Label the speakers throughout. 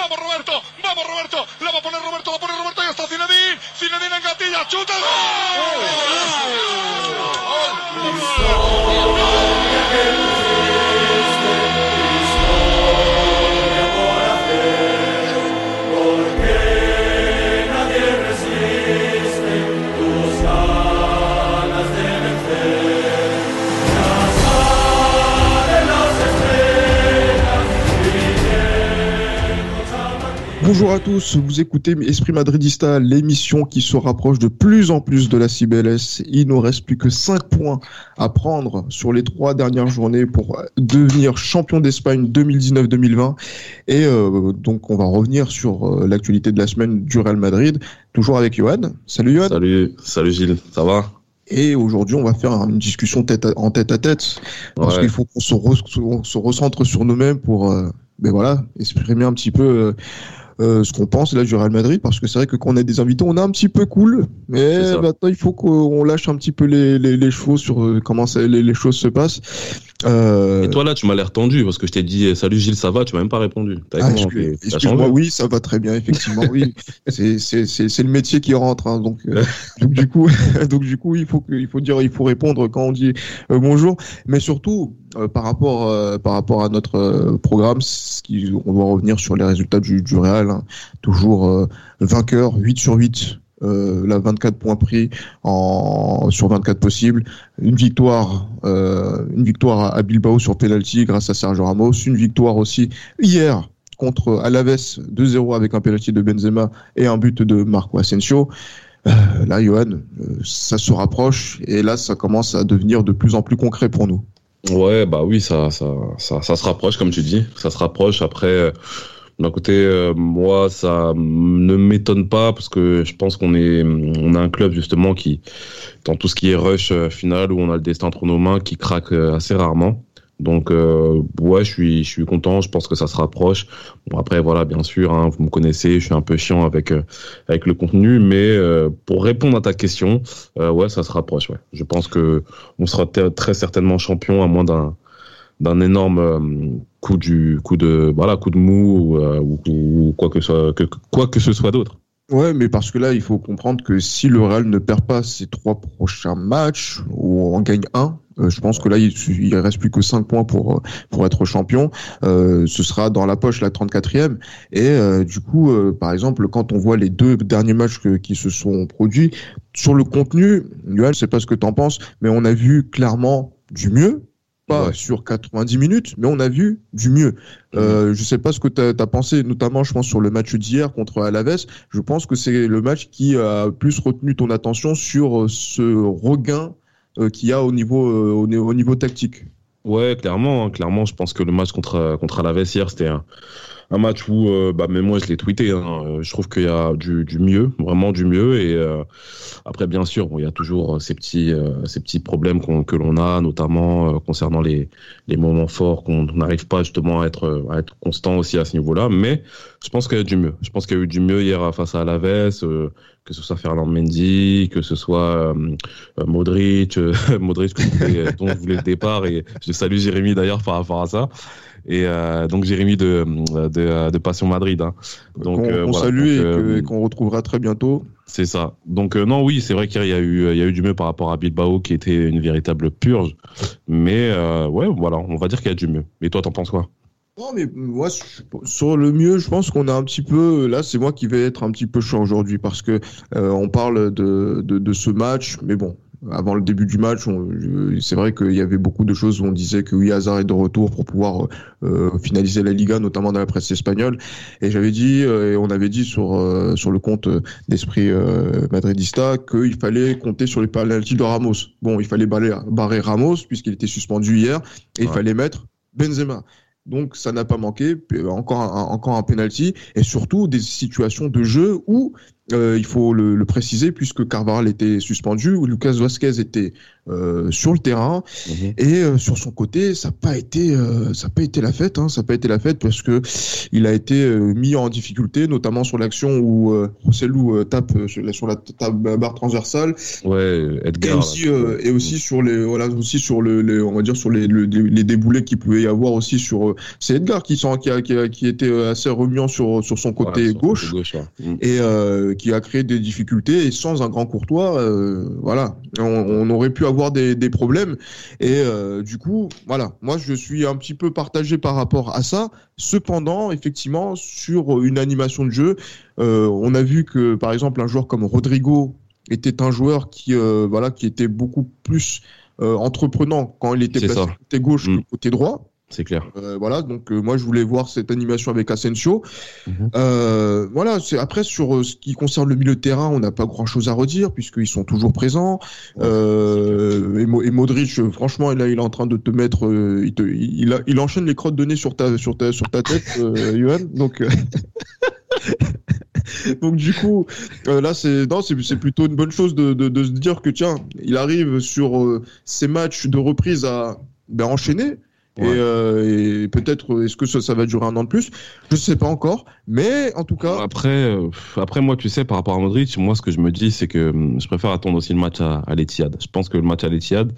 Speaker 1: vamos Roberto, la va a poner Roberto, y está Zinedine engatilla, chuta,
Speaker 2: Bonjour à tous, vous écoutez Esprit Madridista, l'émission qui se rapproche de plus en plus de la CBLS. Il ne reste plus que 5 points à prendre sur les 3 dernières journées pour devenir champion d'Espagne 2019-2020. Et donc on va revenir sur l'actualité de la semaine du Real Madrid, toujours avec Johan. Salut Johan.
Speaker 3: Salut Gilles, ça va ?
Speaker 2: Et aujourd'hui, on va faire une discussion tête à tête, parce qu'il faut qu'on se recentre sur nous-mêmes pour exprimer un petit peu ce qu'on pense là du Real Madrid, parce que c'est vrai que quand on a des invités, on est un petit peu cool, mais maintenant il faut qu'on lâche un petit peu les chevaux sur comment les choses se passent.
Speaker 3: Et toi là, tu m'as l'air tendu parce que je t'ai dit salut Gilles, ça va, tu m'as même pas répondu.
Speaker 2: Excuse-moi, oui, ça va très bien, effectivement, oui. C'est le métier qui rentre, hein, donc du coup il faut répondre quand on dit bonjour, mais surtout par rapport à notre programme, on doit revenir sur les résultats du Real, hein. Toujours vainqueur, 8 sur 8. 24 points pris sur 24 possibles, une victoire à Bilbao sur penalty grâce à Sergio Ramos, une victoire aussi hier contre Alaves 2-0 avec un penalty de Benzema et un but de Marco Asensio. Là, Johan, ça se rapproche et là, ça commence à devenir de plus en plus concret pour nous.
Speaker 3: Ouais, bah oui, ça se rapproche, comme tu dis, ça se rapproche. Après, d'un côté, moi, ça ne m'étonne pas parce que je pense qu'on a un club justement qui, dans tout ce qui est rush final, où on a le destin entre nos mains, qui craque assez rarement. Donc, ouais, je suis content. Je pense que ça se rapproche. Bon, après, voilà, bien sûr, hein, vous me connaissez, je suis un peu chiant avec le contenu, mais pour répondre à ta question, ouais, ça se rapproche. Ouais, je pense que on sera très certainement champion à moins d'un énorme coup de mou ou quoi que ce soit d'autre.
Speaker 2: Ouais, mais parce que là, il faut comprendre que si le Real ne perd pas ses 3 prochains matchs ou en gagne un, je pense que là, il reste plus que 5 points pour être champion. Ce sera dans la poche, la 34e. Et du coup, par exemple, quand on voit les 2 derniers matchs qui se sont produits, sur le contenu, Johan, je sais pas ce que t'en penses, mais on a vu clairement du mieux. Pas sur 90 minutes, mais on a vu du mieux. Je sais pas ce que t'as pensé, notamment je pense sur le match d'hier contre Alaves. Je pense que c'est le match qui a plus retenu ton attention sur ce regain qu'il y a au niveau tactique.
Speaker 3: Ouais, clairement, je pense que le match contre Alaves hier, c'était un match où, même moi je l'ai tweeté, hein, je trouve qu'il y a du mieux, vraiment du mieux, et après bien sûr, bon, il y a toujours ces petits problèmes que l'on a, notamment concernant les moments forts, qu'on n'arrive pas justement à être constant aussi à ce niveau-là, mais je pense qu'il y a du mieux. Je pense qu'il y a eu du mieux hier face à Alaves, que ce soit Ferland Mendy, que ce soit Modric dont je voulais le départ, et je salue Jérémy d'ailleurs par rapport à ça. Et donc Jérémy de Passion Madrid, hein. Donc
Speaker 2: qu'on salue et qu'on retrouvera très bientôt.
Speaker 3: C'est ça. Donc non, oui, c'est vrai qu'il y a eu du mieux par rapport à Bilbao qui était une véritable purge, mais ouais, voilà, on va dire qu'il y a du mieux. Et toi, t'en penses quoi?
Speaker 2: Non, mais moi, sur le mieux, je pense qu'on a un petit peu, là, c'est moi qui vais être un petit peu chaud aujourd'hui parce que on parle de ce match, mais bon. Avant le début du match, c'est vrai qu'il y avait beaucoup de choses où on disait que oui, Hazard est de retour pour pouvoir finaliser la Liga, notamment dans la presse espagnole. Et j'avais dit, et on avait dit sur le compte d'Esprit Madridista, qu'il fallait compter sur les penaltys de Ramos. Bon, il fallait barrer Ramos puisqu'il était suspendu hier, et il fallait mettre Benzema. Donc ça n'a pas manqué, encore un penalty, et surtout des situations de jeu où il faut le préciser, puisque Carvajal était suspendu, où Lucas Vázquez était sur le terrain. Et sur son côté, ça n'a pas été la fête. Ça n'a pas été la fête parce que il a été mis en difficulté, notamment sur l'action où Rossellou tape sur la barre transversale.
Speaker 3: Ouais, Edgar.
Speaker 2: Et aussi sur les on va dire sur les déboulés qu'il pouvait y avoir aussi sur. C'est Edgar qui était assez remuant sur son côté gauche, et qui a créé des difficultés, et sans un grand Courtois, on aurait pu avoir des problèmes. Et du coup, voilà, moi je suis un petit peu partagé par rapport à ça. Cependant, effectivement, sur une animation de jeu, on a vu que par exemple un joueur comme Rodrigo était un joueur qui était beaucoup plus entreprenant quand il était placé côté gauche que côté droit.
Speaker 3: C'est clair.
Speaker 2: Donc moi je voulais voir cette animation avec Asensio. Après sur ce qui concerne le milieu de terrain, on n'a pas grand-chose à redire puisqu'ils sont toujours présents. Et Modric, franchement, là il est en train de te mettre, il enchaîne les crottes de nez sur ta tête, Johan. Donc donc du coup, là c'est plutôt une bonne chose de se dire que tiens, il arrive sur ces matchs de reprise à enchaîner. Et peut-être est-ce que ça va durer un an de plus, je sais pas encore, mais en tout cas
Speaker 3: après moi, tu sais, par rapport à Modric, moi ce que je me dis c'est que je préfère attendre aussi le match à l'Etihad. Je pense que le match à l'Etihad,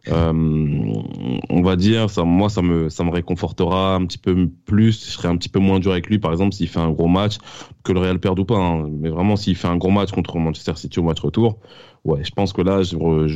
Speaker 3: on va dire, ça me réconfortera un petit peu plus. Je serai un petit peu moins dur avec lui, par exemple, s'il fait un gros match, que le Real perde ou pas, mais vraiment s'il fait un gros match contre Manchester City au match retour, je pense que là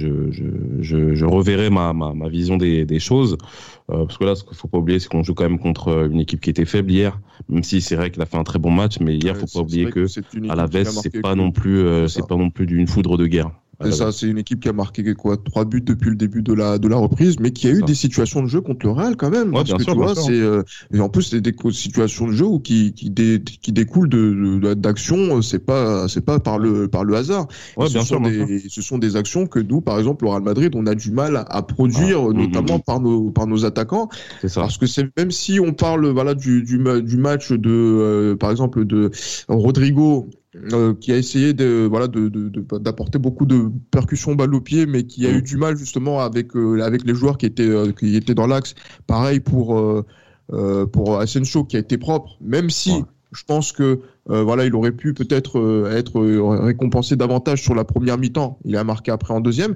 Speaker 3: je reverrai ma vision des choses, parce que là ce qu'il faut pas oublier, c'est qu'on joue quand même contre une équipe qui était faible hier, même si c'est vrai qu'il a fait un très bon match, mais hier faut pas oublier que à la Veste c'est pas non plus d'une foudre de guerre.
Speaker 2: C'est une équipe qui a marqué 3 buts depuis le début de la reprise, mais qui a eu des situations de jeu contre le Real quand même. Parce que tu vois, et en plus c'est des situations de jeu qui découlent d'actions. C'est pas par le hasard. Ce sont des actions que nous, par exemple, au Real Madrid, on a du mal à produire, notamment par nos attaquants.
Speaker 3: C'est ça.
Speaker 2: Parce que même si on parle du match par exemple de Rodrigo, qui a essayé d'apporter beaucoup de percussions balle au pied, mais qui a eu du mal justement avec les joueurs qui étaient dans l'axe. Pareil pour Asensio, qui a été propre, même si je pense que il aurait pu peut-être être récompensé davantage sur la première mi-temps. Il a marqué après en deuxième.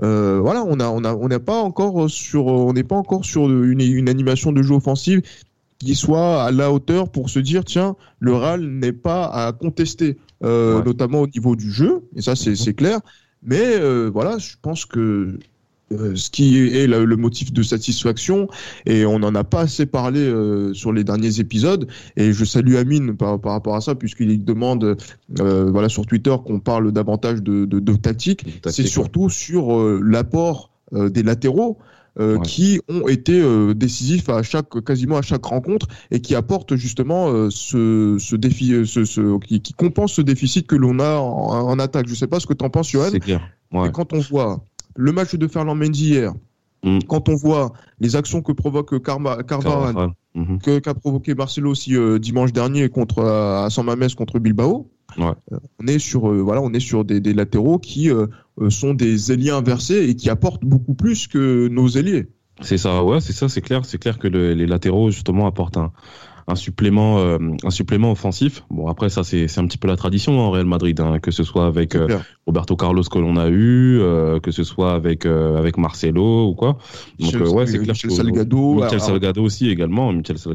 Speaker 2: On n'est pas encore sur une animation de jeu offensive qui soit à la hauteur pour se dire tiens, le Real n'est pas à contester, notamment au niveau du jeu, et ça c'est clair, mais je pense que ce qui est le motif de satisfaction, et on n'en a pas assez parlé sur les derniers épisodes, et je salue Amine par rapport à ça, puisqu'il demande sur Twitter qu'on parle davantage de tactique, c'est surtout sur l'apport des latéraux, qui ont été décisifs quasiment à chaque rencontre, et qui apportent justement ce défi, qui compense ce déficit que l'on a en attaque. Je sais pas ce que tu en penses, Johan.
Speaker 3: C'est clair.
Speaker 2: Et quand on voit le match de Ferland Mendy hier, quand on voit les actions que provoque Carvajal, qu'a provoqué Marcelo aussi dimanche dernier à San Mamés contre Bilbao, on est sur des latéraux qui sont des ailiers inversés et qui apportent beaucoup plus que nos ailiers.
Speaker 3: C'est ça, c'est clair que les latéraux justement apportent un supplément offensif. Bon, après ça c'est un petit peu la tradition au Real Madrid, que ce soit avec Roberto Carlos que l'on a eu, que ce soit avec Marcelo ou quoi. Donc c'est clair. Michel Salgado également.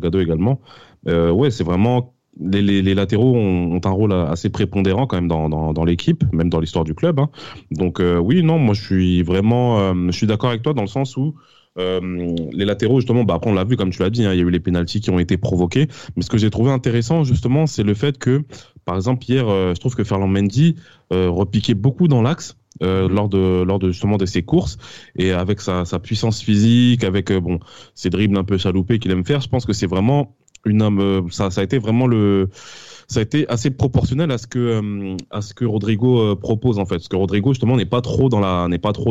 Speaker 3: C'est vraiment les latéraux ont un rôle assez prépondérant quand même dans l'équipe, même dans l'histoire du club. Donc moi je suis d'accord avec toi dans le sens où les latéraux justement, après on l'a vu comme tu l'as dit, il y a eu les pénaltys qui ont été provoqués, mais ce que j'ai trouvé intéressant justement, c'est le fait que par exemple hier, je trouve que Ferland Mendy repiquait beaucoup dans l'axe lors de justement de ses courses, et avec sa puissance physique, avec ses dribbles un peu chaloupés qu'il aime faire, je pense que c'est vraiment ça a été vraiment ça a été assez proportionnel à ce que Rodrigo propose en fait. Parce que Rodrigo justement n'est pas trop dans la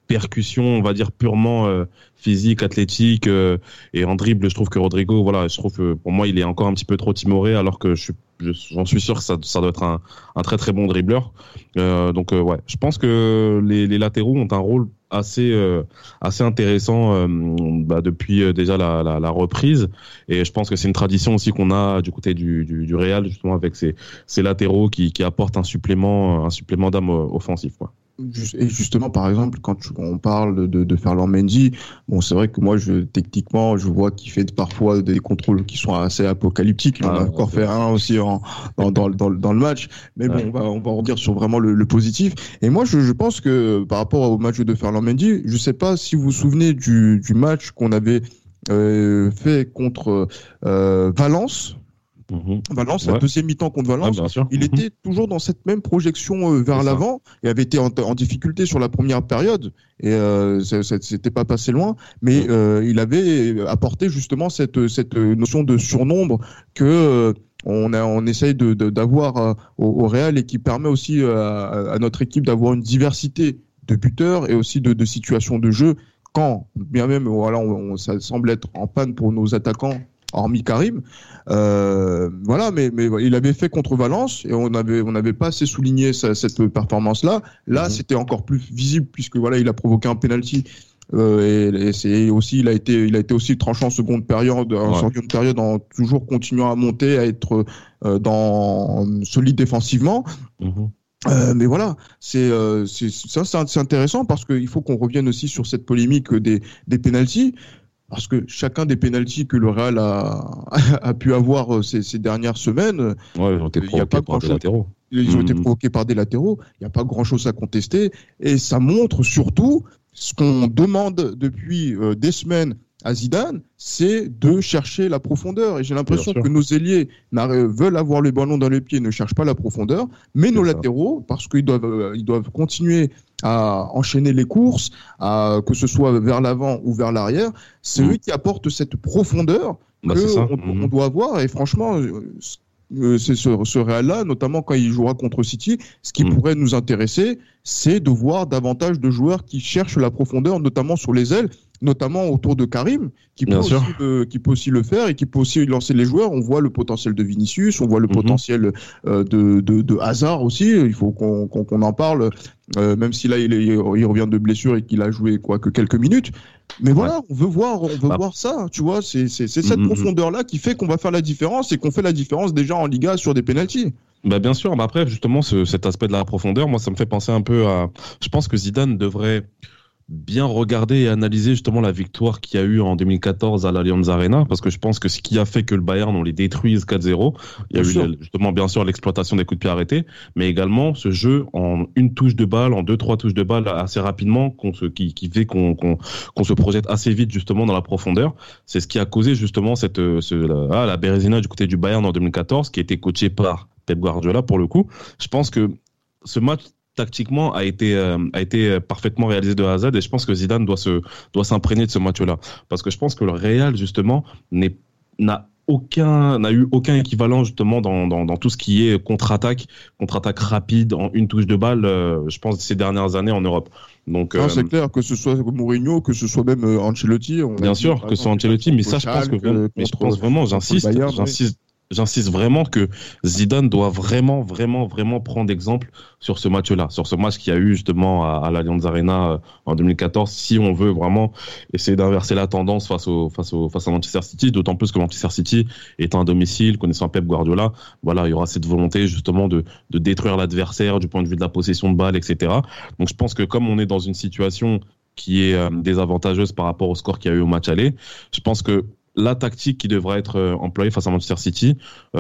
Speaker 3: percussion, on va dire purement physique, athlétique et en dribble, je trouve que Rodrigo, voilà, je trouve que pour moi il est encore un petit peu trop timoré, alors que j'en suis sûr que ça doit être un très très bon dribbleur. Donc ouais, je pense que les latéraux ont un rôle assez intéressant depuis déjà la reprise, et je pense que c'est une tradition aussi qu'on a du côté du Real, justement, avec ces latéraux qui apportent un supplément d'âme offensif, quoi.
Speaker 2: Et justement, par exemple, quand on parle de Ferland Mendy, bon, c'est vrai que moi, techniquement, je vois qu'il fait parfois des contrôles qui sont assez apocalyptiques. Il en a encore fait un aussi dans le match. Mais bon, on va en dire sur vraiment le positif. Et moi, je pense que par rapport au match de Ferland Mendy, je sais pas si vous vous souvenez du match qu'on avait fait contre Valence. Valence, la deuxième mi-temps contre Valence, il était toujours dans cette même projection vers l'avant et avait été en difficulté sur la première période, et c'était pas passé loin, mais il avait apporté justement cette notion de surnombre que on essaye d'avoir au Real, et qui permet aussi à notre équipe d'avoir une diversité de buteurs et aussi de situations de jeu, quand bien même voilà, ça semble être en panne pour nos attaquants, hormis Karim, voilà, mais il avait fait contre Valence, et on n'avait pas assez souligné cette performance-là. Là, c'était encore plus visible, puisque voilà, il a provoqué un penalty, et c'est aussi, il a été aussi tranchant en seconde période, en toujours continuant à monter, à être solide défensivement. Mais voilà, c'est intéressant, parce qu'il faut qu'on revienne aussi sur cette polémique des penalties. Parce que chacun des pénaltys que le Real a pu avoir ces dernières semaines,
Speaker 3: ils ont été provoqués par des latéraux.
Speaker 2: Ils ont été provoqués par des latéraux. Il n'y a pas grand-chose à contester. Et ça montre surtout ce qu'on demande depuis des semaines à Zidane, c'est de chercher la profondeur. Et j'ai l'impression que nos ailiers veulent avoir le ballon dans les pieds, ne cherchent pas la profondeur. Mais nos latéraux, parce qu'ils doivent continuer à enchaîner les courses, que ce soit vers l'avant ou vers l'arrière, c'est eux qui apportent cette profondeur qu'on doit avoir. Et franchement, c'est ce Real-là, notamment quand il jouera contre City, ce qui pourrait nous intéresser, c'est de voir davantage de joueurs qui cherchent la profondeur, notamment sur les ailes, notamment autour de Karim, qui peut aussi le faire, et qui peut aussi lancer les joueurs. On voit le potentiel de Vinicius, on voit le potentiel de Hazard aussi. Il faut qu'on en parle, même si là il revient de blessure et qu'il a joué que quelques minutes. Mais voilà, on veut voir ça, tu vois. C'est cette profondeur-là qui fait qu'on va faire la différence, et qu'on fait la différence déjà en Liga sur des pénaltys.
Speaker 3: Bien sûr. Après, justement, cet aspect de la profondeur, moi, ça me fait penser un peu à. Je pense que Zidane devrait bien regarder et analyser justement la victoire qu'il y a eu en 2014 à l'Allianz Arena, parce que je pense que ce qui a fait que le Bayern, on les détruise 4-0, il y a eu justement bien sûr l'exploitation des coups de pied arrêtés, mais également ce jeu en une touche de balle, en 2-3 touches de balle assez rapidement, qui fait qu'on se projette assez vite justement dans la profondeur. C'est ce qui a causé justement la Bérésina du côté du Bayern en 2014, qui a été coaché par Pep Guardiola pour le coup. Je pense que ce match tactiquement a été parfaitement réalisé de A à Z, et je pense que Zidane doit s'imprégner de ce match-là, parce que je pense que le Real justement n'a eu aucun équivalent justement dans tout ce qui est contre-attaque rapide en une touche de balle, je pense, ces dernières années en Europe. Donc
Speaker 2: c'est clair, que ce soit Mourinho, que ce soit même Ancelotti.
Speaker 3: Bien sûr que ce soit Ancelotti, mais ça, je pense vraiment, j'insiste vraiment que Zidane doit vraiment prendre exemple sur ce match-là, sur ce match qu'il y a eu justement à l'Allianz Arena en 2014, si on veut vraiment essayer d'inverser la tendance face à Manchester City, d'autant plus que Manchester City étant un domicile, connaissant Pep Guardiola, voilà, il y aura cette volonté justement de détruire l'adversaire du point de vue de la possession de balle, etc. Donc je pense que comme on est dans une situation qui est désavantageuse par rapport au score qu'il y a eu au match aller, je pense que la tactique qui devra être employée face à Manchester City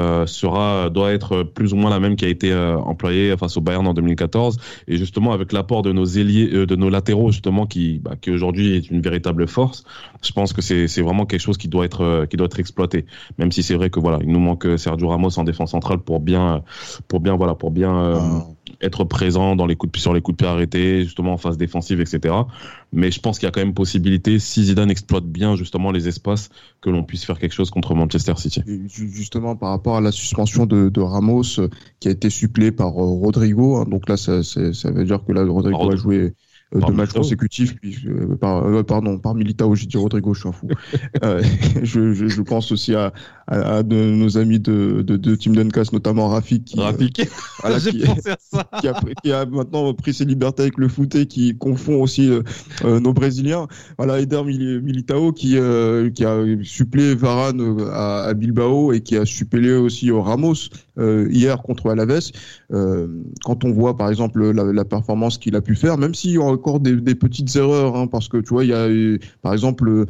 Speaker 3: doit être plus ou moins la même qui a été employée face au Bayern en 2014, et justement avec l'apport de nos ailiers, de nos latéraux justement qui aujourd'hui est une véritable force. Je pense que c'est vraiment quelque chose qui doit être exploité. Même si c'est vrai que voilà, il nous manque Sergio Ramos en défense centrale pour bien être présent sur les coups de pied arrêtés, justement en phase défensive, etc. Mais je pense qu'il y a quand même possibilité, si Zidane exploite bien justement les espaces, que l'on puisse faire quelque chose contre Manchester City.
Speaker 2: Et justement, par rapport à la suspension de Ramos, qui a été suppléé par Rodrigo, hein, donc là, ça veut dire que là, Rodrigo a joué 2 matchs consécutifs, puis par Militao, j'ai dit Rodrigo, je suis un fou. Je pense aussi à de nos amis de Team Duncast, notamment Rafik, qui a maintenant pris ses libertés avec le foot et qui confond aussi nos Brésiliens. Voilà, Eder Militao qui a suppléé Varane à Bilbao et qui a suppléé aussi Ramos hier contre Alaves. Quand on voit par exemple la performance qu'il a pu faire, même s'il y a encore des petites erreurs, hein, parce que tu vois, il y a par exemple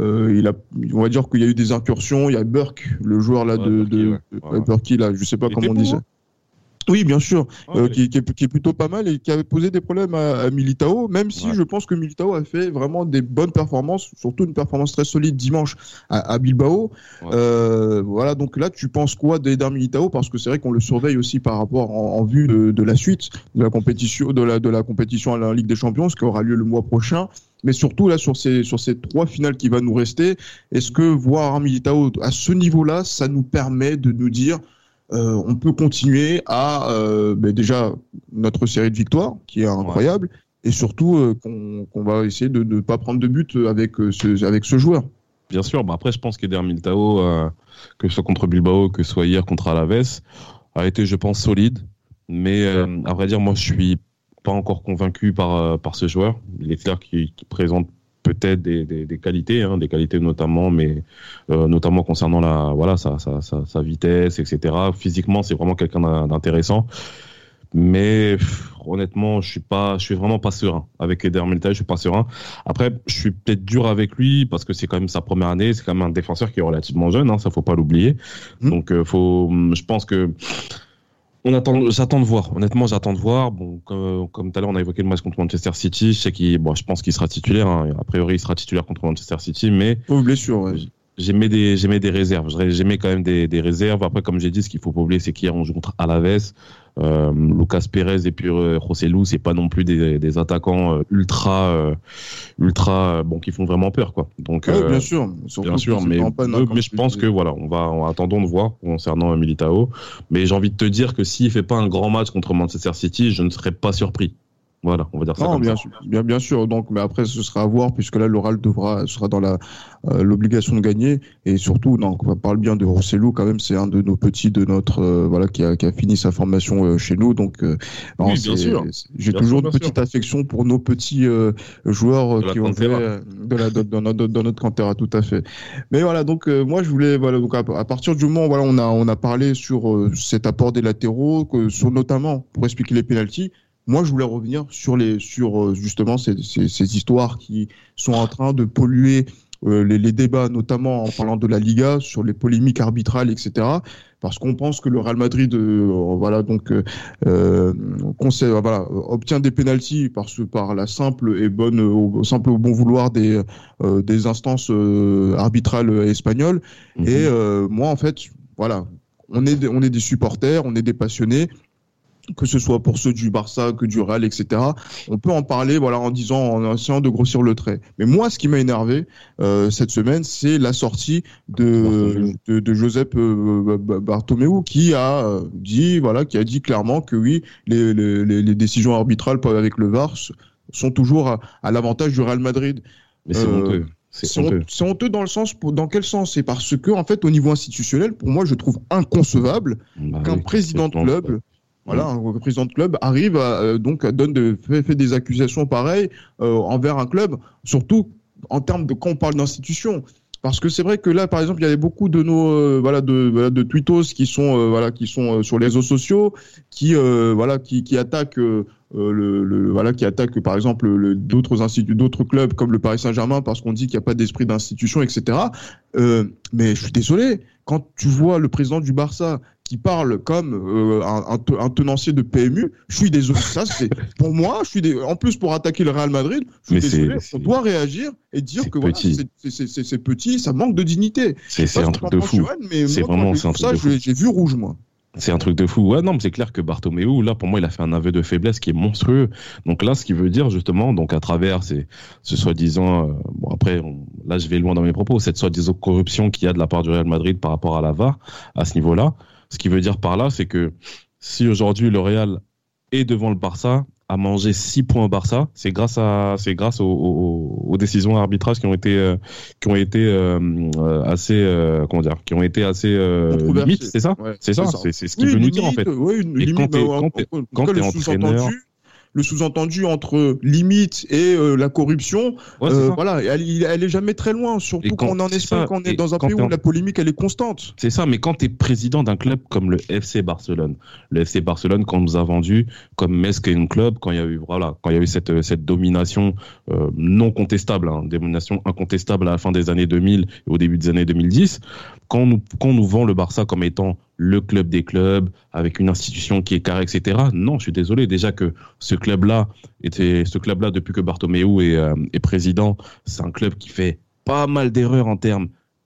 Speaker 2: on va dire qu'il y a eu des incursions. Il y a Burke, le joueur là Burke là, je sais pas comment on dit ça. Oui, bien sûr, qui est plutôt pas mal et qui avait posé des problèmes à Militao, même si je pense que Militao a fait vraiment des bonnes performances, surtout une performance très solide dimanche à Bilbao. Voilà, donc là, tu penses quoi d'Eder Militao? Parce que c'est vrai qu'on le surveille aussi par rapport en vue de la suite de la compétition, de la compétition à la Ligue des Champions, ce qui aura lieu le mois prochain. Mais surtout là sur ces 3 finales qui va nous rester, est-ce que voir un Militao à ce niveau-là, ça nous permet de nous dire on peut continuer à déjà notre série de victoires qui est incroyable et surtout qu'on va essayer de ne pas prendre de but avec ce joueur.
Speaker 3: Bien sûr, après je pense qu'Eder Militao, que ce soit contre Bilbao, que ce soit hier contre Alaves, a été je pense solide, mais à vrai dire moi je suis pas encore convaincu par ce joueur. Il est clair qu'il présente peut-être des qualités, des qualités notamment, mais notamment concernant sa vitesse, etc. Physiquement, c'est vraiment quelqu'un d'intéressant. Mais honnêtement, je suis vraiment pas serein avec Eder Militao. Je suis pas serein. Après, je suis peut-être dur avec lui parce que c'est quand même sa première année. C'est quand même un défenseur qui est relativement jeune, ça faut pas l'oublier. Donc je pense que j'attends de voir. Honnêtement, j'attends de voir. Bon, comme tout à l'heure, on a évoqué le match contre Manchester City. Je pense qu'il sera titulaire. A priori, il sera titulaire contre Manchester City, mais
Speaker 2: blessure.
Speaker 3: J'aimais des réserves. J'aimais quand même des réserves. Après, comme j'ai dit, ce qu'il faut pas oublier, c'est qu'hier on joue contre Alaves. Lucas Pérez et puis José Lu, c'est pas non plus des attaquants ultra qui font vraiment peur, quoi. Donc
Speaker 2: bien sûr,
Speaker 3: mais je pense que attendons de voir concernant Militao. Mais j'ai envie de te dire que s'il fait pas un grand match contre Manchester City, je ne serais pas surpris. Voilà, on va dire ça.
Speaker 2: Non, bien sûr. Donc, mais après, ce sera à voir puisque là, l'Oral sera dans l'obligation de gagner et surtout, on parle bien de Rosselló quand même. C'est un de nos petits de notre qui a fini sa formation chez nous. Donc,
Speaker 3: bien sûr.
Speaker 2: J'ai toujours une petite affection pour nos petits joueurs qui ont fait dans notre cantera, tout à fait. Mais voilà, donc moi, je voulais donc à partir du moment on a parlé sur cet apport des latéraux, sur notamment pour expliquer les pénaltys. Moi, je voulais revenir sur justement ces histoires qui sont en train de polluer les débats, notamment en parlant de la Liga, sur les polémiques arbitrales, etc. Parce qu'on pense que le Real Madrid, obtient des pénaltys par la simple et au bon vouloir des instances arbitrales espagnoles. Et moi, en fait, on est des supporters, on est des passionnés. Que ce soit pour ceux du Barça, que du Real, etc. On peut en parler, en essayant de grossir le trait. Mais moi, ce qui m'a énervé cette semaine, c'est la sortie de Josep Bartomeu qui a dit clairement que oui, les décisions arbitrales avec le VAR sont toujours à l'avantage du Real Madrid.
Speaker 3: Mais c'est honteux.
Speaker 2: C'est honteux dans quel sens? C'est parce que, en fait, au niveau institutionnel, pour moi, je trouve inconcevable qu'un président de club. Un président de club arrive fait des accusations pareilles envers un club, surtout en termes de quand on parle d'institution. Parce que c'est vrai que là, par exemple, il y avait beaucoup de nos de tweetos qui sont sur les réseaux sociaux, qui attaquent qui attaquent par exemple d'autres clubs comme le Paris Saint-Germain parce qu'on dit qu'il n'y a pas d'esprit d'institution, etc. Mais je suis désolé, quand tu vois le président du Barça qui parle comme un tenancier de PMU, je suis désolé. Ça, c'est pour moi. En plus pour attaquer le Real Madrid, je suis désolé. On doit réagir et dire que c'est petit, ça manque de dignité.
Speaker 3: C'est un truc de fou.
Speaker 2: C'est vraiment ça. J'ai vu rouge, moi.
Speaker 3: C'est un truc de fou. Ouais, non, mais c'est clair que Bartomeu, là, pour moi, il a fait un aveu de faiblesse qui est monstrueux. Donc là, ce qui veut dire, justement, donc à travers ce soi-disant, là, je vais loin dans mes propos, cette soi-disant corruption qu'il y a de la part du Real Madrid par rapport à la VAR, à ce niveau-là. Ce qui veut dire par là, c'est que si aujourd'hui le Real est devant le Barça, à manger 6 points au Barça, c'est grâce aux décisions d'arbitrage qui ont été assez limites, c'est ça,
Speaker 2: Ouais,
Speaker 3: c'est ce qu'il veut nous dire en fait.
Speaker 2: Ouais,
Speaker 3: Et
Speaker 2: limite,
Speaker 3: quand t'es entraîneur,
Speaker 2: le sous-entendu entre limite et la corruption, voilà, elle est jamais très loin, surtout quand on est en Espagne, quand on est dans un pays où la polémique elle est constante.
Speaker 3: C'est ça, mais quand tu es président d'un club comme le FC Barcelone, quand on nous a vendu comme Mesquin Club, quand il y a eu cette domination non contestable, domination incontestable à la fin des années 2000 et au début des années 2010, quand on nous vend le Barça comme étant le club des clubs, avec une institution qui est carrée, etc. Non, je suis désolé. Déjà que ce club-là, depuis que Bartomeu est président, c'est un club qui fait pas mal d'erreurs en termes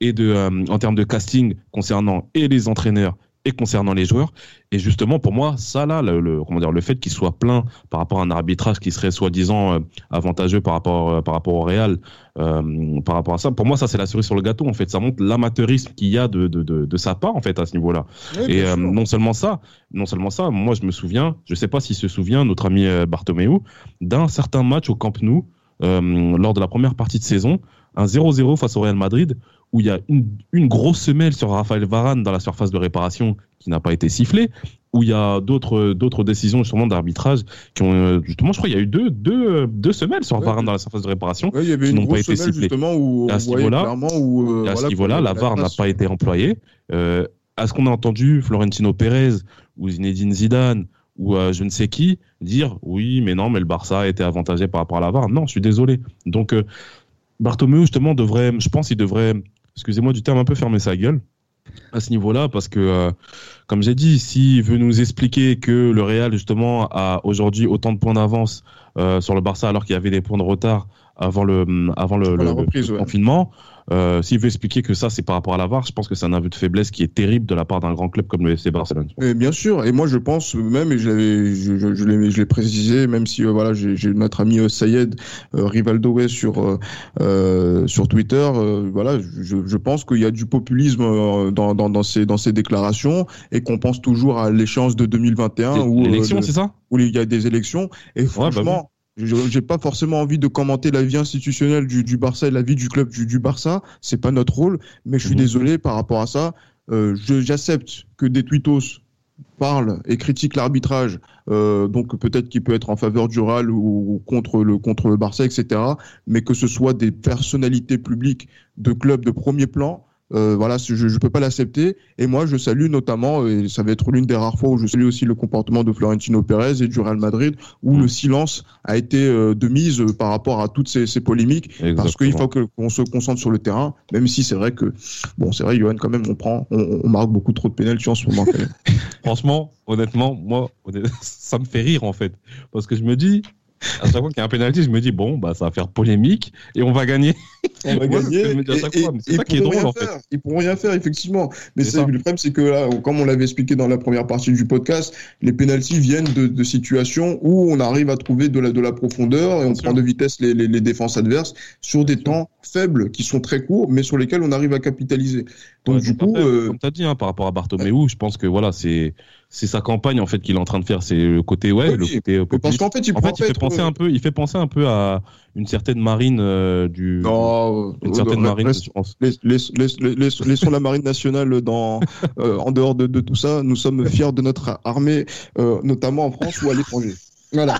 Speaker 3: de casting concernant et les entraîneurs et concernant les joueurs. Et justement, pour moi, ça là, le fait qu'il soit plein par rapport à un arbitrage qui serait soi-disant avantageux par rapport au Real, par rapport à ça, pour moi, ça c'est la cerise sur le gâteau. En fait, ça montre l'amateurisme qu'il y a de sa part en fait à ce niveau-là. Oui, et non seulement ça, moi je me souviens, je sais pas s'il se souvient, notre ami Bartomeu, d'un certain match au Camp Nou lors de la première partie de saison, un 0-0 face au Real Madrid, où il y a une grosse semelle sur Raphaël Varane dans la surface de réparation qui n'a pas été sifflée, où il y a d'autres décisions justement d'arbitrage qui ont justement, je crois, il y a eu deux semelles sur Varane dans la surface de réparation qui n'ont pas été sifflées.
Speaker 2: Où
Speaker 3: à ce niveau-là, la VAR n'a pas été employée. Est-ce qu'on a entendu Florentino Pérez ou Zinedine Zidane ou je ne sais qui dire oui, mais non, mais le Barça a été avantagé par rapport à la VAR? Non, je suis désolé. Donc Bartomeu, justement, je pense qu'il devrait, excusez-moi du terme, un peu fermer sa gueule à ce niveau-là, parce que, comme j'ai dit, s'il veut nous expliquer que le Real, justement, a aujourd'hui autant de points d'avance sur le Barça, alors qu'il y avait des points de retard avant le confinement, s'il veut expliquer que ça, c'est par rapport à la VAR, je pense que c'est un aveu de faiblesse qui est terrible de la part d'un grand club comme le FC Barcelone.
Speaker 2: Et bien sûr, et moi je pense même, et je l'ai précisé, même si j'ai notre ami Sayed Rivaldo sur Twitter, je pense qu'il y a du populisme dans ces déclarations, et qu'on pense toujours à l'échéance de 2021
Speaker 3: c'est ça,
Speaker 2: où il y a des élections, et franchement. J'ai pas forcément envie de commenter la vie institutionnelle du Barça et la vie du club du Barça, c'est pas notre rôle, mais je suis désolé par rapport à ça. J'accepte que des tweetos parlent et critiquent l'arbitrage, donc peut-être qu'il peut être en faveur du Real ou contre le Barça, etc. Mais que ce soit des personnalités publiques de clubs de premier plan, je peux pas l'accepter. Et moi, je salue notamment, et ça va être l'une des rares fois où je salue aussi le comportement de Florentino Pérez et du Real Madrid, où le silence a été de mise par rapport à toutes ces polémiques. Exactement. Parce qu'il faut qu'on se concentre sur le terrain, même si c'est vrai que, Johan, quand même, on marque beaucoup trop de pénaltys en ce moment.
Speaker 3: Franchement, honnêtement, moi, ça me fait rire, en fait. Parce que je me dis, à chaque fois qu'il y a un pénalty, je me dis ça va faire polémique et on va gagner.
Speaker 2: On va gagner.
Speaker 3: C'est ça qui est drôle en fait.
Speaker 2: Ils pourront rien faire effectivement. Mais le problème, c'est que là, comme on l'avait expliqué dans la première partie du podcast, les pénaltys viennent de situations où on arrive à trouver de la profondeur et on prend de vitesse les défenses adverses sur des temps faibles qui sont très courts, mais sur lesquels on arrive à capitaliser. Donc
Speaker 3: comme tu as dit, par rapport à Bartomeu, je pense que c'est sa campagne en fait qu'il est en train de faire, c'est le côté côté
Speaker 2: parce qu'en fait
Speaker 3: il fait penser un peu à une certaine marine marine, je pense.
Speaker 2: Laissons la marine nationale en dehors de tout ça. Nous sommes fiers de notre armée, notamment en France ou à l'étranger. Voilà.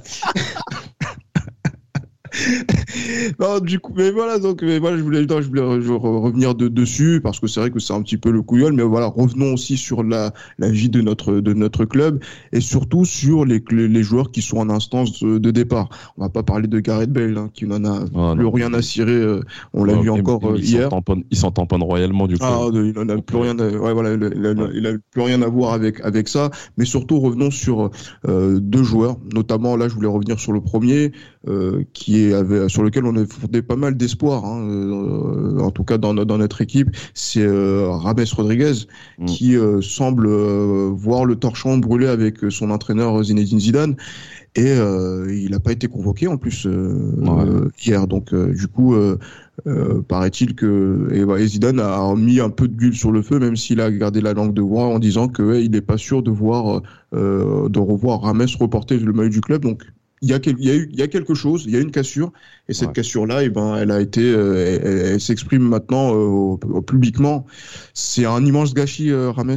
Speaker 2: Non, du coup, je voulais revenir dessus parce que c'est vrai que c'est un petit peu le couillol, mais voilà, revenons aussi sur la vie de notre club et surtout sur les joueurs qui sont en instance de départ. On va pas parler de Gareth Bale, qui n'en a plus rien à cirer. On l'a vu encore hier.
Speaker 3: Il s'en tamponne royalement du coup.
Speaker 2: Il en a plus rien. Il a plus rien à voir avec ça. Mais surtout, revenons sur deux joueurs. Notamment, là, je voulais revenir sur le premier, sur lequel on a fondé pas mal d'espoir, en tout cas dans notre équipe, c'est James Rodriguez, qui semble voir le torchon brûler avec son entraîneur Zinedine Zidane, et il n'a pas été convoqué en plus hier, donc du coup paraît-il que Zidane a mis un peu d'huile sur le feu, même s'il a gardé la langue de bois en disant que il n'est pas sûr de revoir James reporter le maillot du club. Donc il y a quelque chose, il y a une cassure, et cette cassure-là, elle a été, elle s'exprime maintenant publiquement. C'est un immense gâchis, Rames.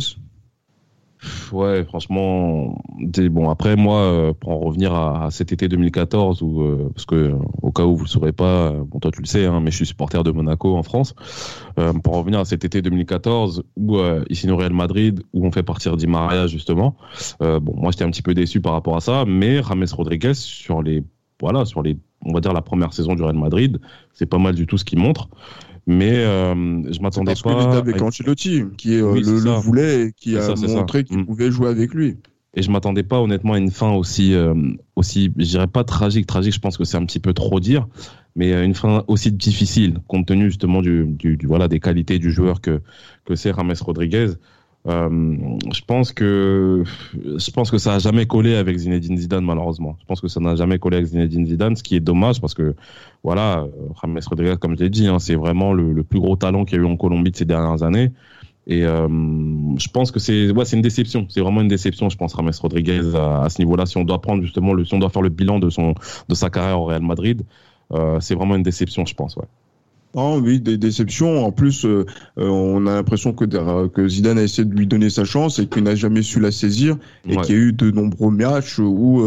Speaker 3: Ouais, franchement, bon. Après, moi, pour en revenir à cet été 2014, parce que au cas où vous le saurez pas, bon, toi tu le sais, hein, mais je suis supporter de Monaco en France. Pour en revenir à cet été 2014, où ici au Real Madrid, où on fait partir Di Maria justement. Bon, moi j'étais un petit peu déçu par rapport à ça, mais James Rodriguez sur les, on va dire la première saison du Real Madrid, c'est pas mal du tout ce qu'il montre. Mais je m'attendais pas.
Speaker 2: Parce qu'il était avec Ancelotti, qui le voulait et qui a montré qu'il pouvait jouer avec lui.
Speaker 3: Et je m'attendais pas honnêtement à une fin aussi, je dirais pas tragique. Tragique, je pense que c'est un petit peu trop dire, mais une fin aussi difficile, compte tenu justement des qualités du joueur que c'est James Rodriguez. Je pense que ça a jamais collé avec Zinedine Zidane, malheureusement. Je pense que ça n'a jamais collé avec Zinedine Zidane, ce qui est dommage parce que James Rodriguez, comme je l'ai dit, hein, c'est vraiment le plus gros talent qu'il y a eu en Colombie de ces dernières années. Et je pense que c'est une déception. C'est vraiment une déception, je pense, James Rodriguez à ce niveau-là. Si on doit prendre justement si on doit faire le bilan de sa carrière au Real Madrid, c'est vraiment une déception, je pense. Ouais.
Speaker 2: Oh, oui, des déceptions. En plus, on a l'impression que Zidane a essayé de lui donner sa chance et qu'il n'a jamais su la saisir et qu'il y a eu de nombreux matchs où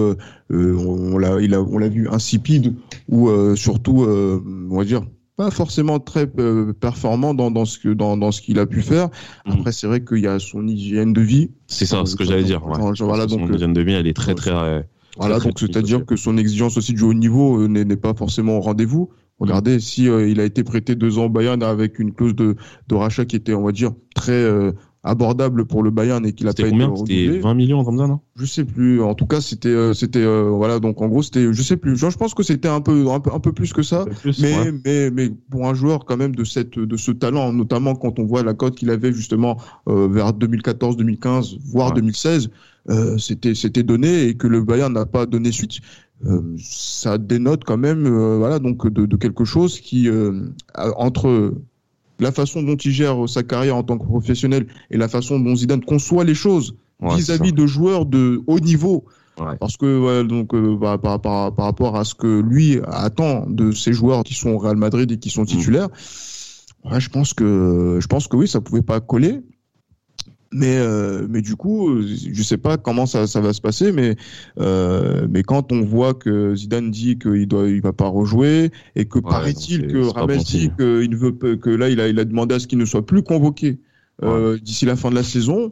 Speaker 2: on l'a vu insipide ou surtout, on va dire, pas forcément très performant dans ce qu'il a pu faire. Après, c'est vrai qu'il y a son hygiène de vie.
Speaker 3: C'est ça, ce que j'allais dire. Ouais. Son hygiène de vie, elle est très.
Speaker 2: Voilà, donc c'est-à-dire que son exigence aussi du haut niveau n'est pas forcément au rendez-vous. Regardez, si il a été prêté 2 ans au Bayern avec une clause de rachat qui était, on va dire, très abordable pour le Bayern et qu'il a pas été renouvelé.
Speaker 3: C'était 20 millions comme ça, non?
Speaker 2: Je sais plus. En tout cas, c'était voilà. Donc en gros, c'était, je sais plus. Je pense que c'était un peu plus que ça. Mais pour un joueur quand même de ce talent, notamment quand on voit la cote qu'il avait justement vers 2014, 2015, voire 2016, c'était donné et que le Bayern n'a pas donné suite. Ça dénote quand même donc de quelque chose qui entre la façon dont il gère sa carrière en tant que professionnel et la façon dont Zidane conçoit les choses vis-à-vis de joueurs de haut niveau. Parce que par rapport à ce que lui attend de ces joueurs qui sont au Real Madrid et qui sont titulaires, je pense que oui, ça pouvait pas coller. Mais du coup, je sais pas comment ça va se passer, mais quand on voit que Zidane dit qu'il va pas rejouer et que paraît-il que Rames dit qu'il ne veut pas, que là il a demandé à ce qu'il ne soit plus convoqué d'ici la fin de la saison,